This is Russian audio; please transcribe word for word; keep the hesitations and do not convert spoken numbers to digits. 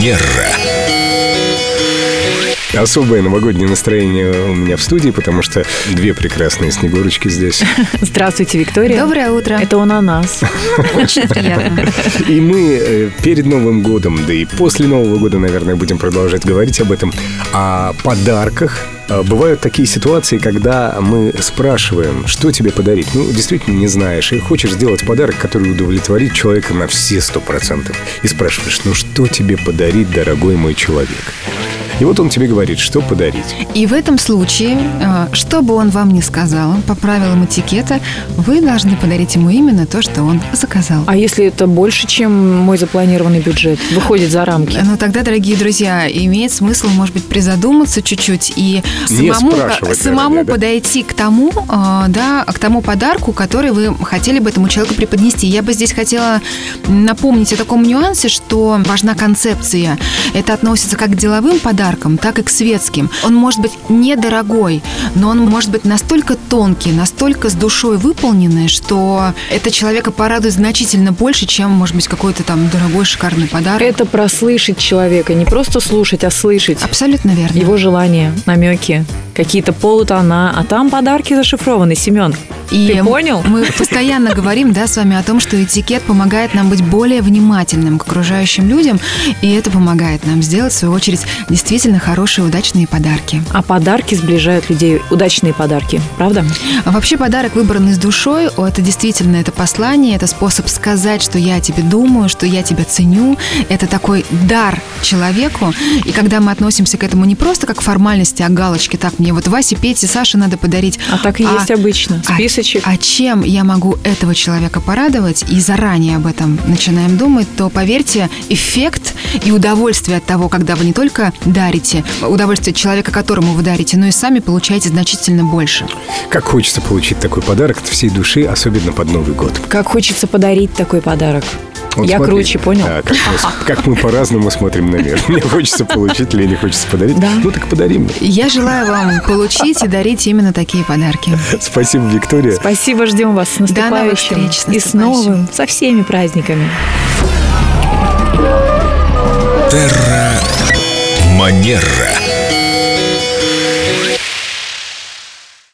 Манера. Особое новогоднее настроение у меня в студии, потому что две прекрасные Снегурочки здесь. Здравствуйте, Виктория. Доброе утро. Это он о нас. Очень приятно. И мы перед Новым годом, да и после Нового года, наверное, будем продолжать говорить об этом, о подарках. Бывают такие ситуации, когда мы спрашиваем, что тебе подарить. Ну, действительно не знаешь, и хочешь сделать подарок, который удовлетворит человека на все сто процентов. И спрашиваешь, ну что тебе подарить, дорогой мой человек? И вот он тебе говорит, что подарить. И в этом случае, что бы он вам ни сказал, по правилам этикета, вы должны подарить ему именно то, что он заказал. А если это больше, чем мой запланированный бюджет? Выходит за рамки? Ну, тогда, дорогие друзья, имеет смысл, может быть, призадуматься чуть-чуть и Не самому, спрашивать, самому наверное, да? подойти к тому, да, к тому подарку, который вы хотели бы этому человеку преподнести. Я бы здесь хотела напомнить о таком нюансе, что важна концепция. Это относится как к деловым подаркам, так и к светским. Он может быть недорогой, но он может быть настолько тонкий, настолько с душой выполненный, что это человека порадует значительно больше, чем, может быть, какой-то там дорогой, шикарный подарок. Это прослышать человека, не просто слушать, а слышать. Абсолютно верно. Его желания, намеки, какие-то полутона, а там подарки зашифрованы, Семен. И Ты понял? Мы постоянно говорим, да, с вами о том, что этикет помогает нам быть более внимательным к окружающим людям, и это помогает нам сделать, в свою очередь, действительно хорошие, удачные подарки. А подарки сближают людей, удачные подарки, правда? А вообще подарок, выбранный с душой, это действительно это послание, это способ сказать, что я о тебе думаю, что я тебя ценю. Это такой дар человеку. И когда мы относимся к этому не просто как к формальности, а галочке, так, мне вот Васе, Пете, Саше надо подарить. А так и а, есть обычно, списочек. А, а чем я могу этого человека порадовать, и заранее об этом начинаем думать, то, поверьте, эффект и удовольствие от того, когда вы не только дарите, удовольствие человека, которому вы дарите, но и сами получаете значительно больше. Как хочется получить такой подарок от всей души, особенно под Новый год. Как хочется подарить такой подарок. Вот Я смотри, круче, понял? Да, как, мы, как мы по-разному смотрим на мир. Мне хочется получить, Лене хочется подарить. Да. Ну так подарим. Я желаю вам получить и дарить именно такие подарки. Спасибо, Виктория. Спасибо, ждем вас с наступающим. До новых встреч, с И с наступающим. новым, со всеми праздниками. Терра Манера.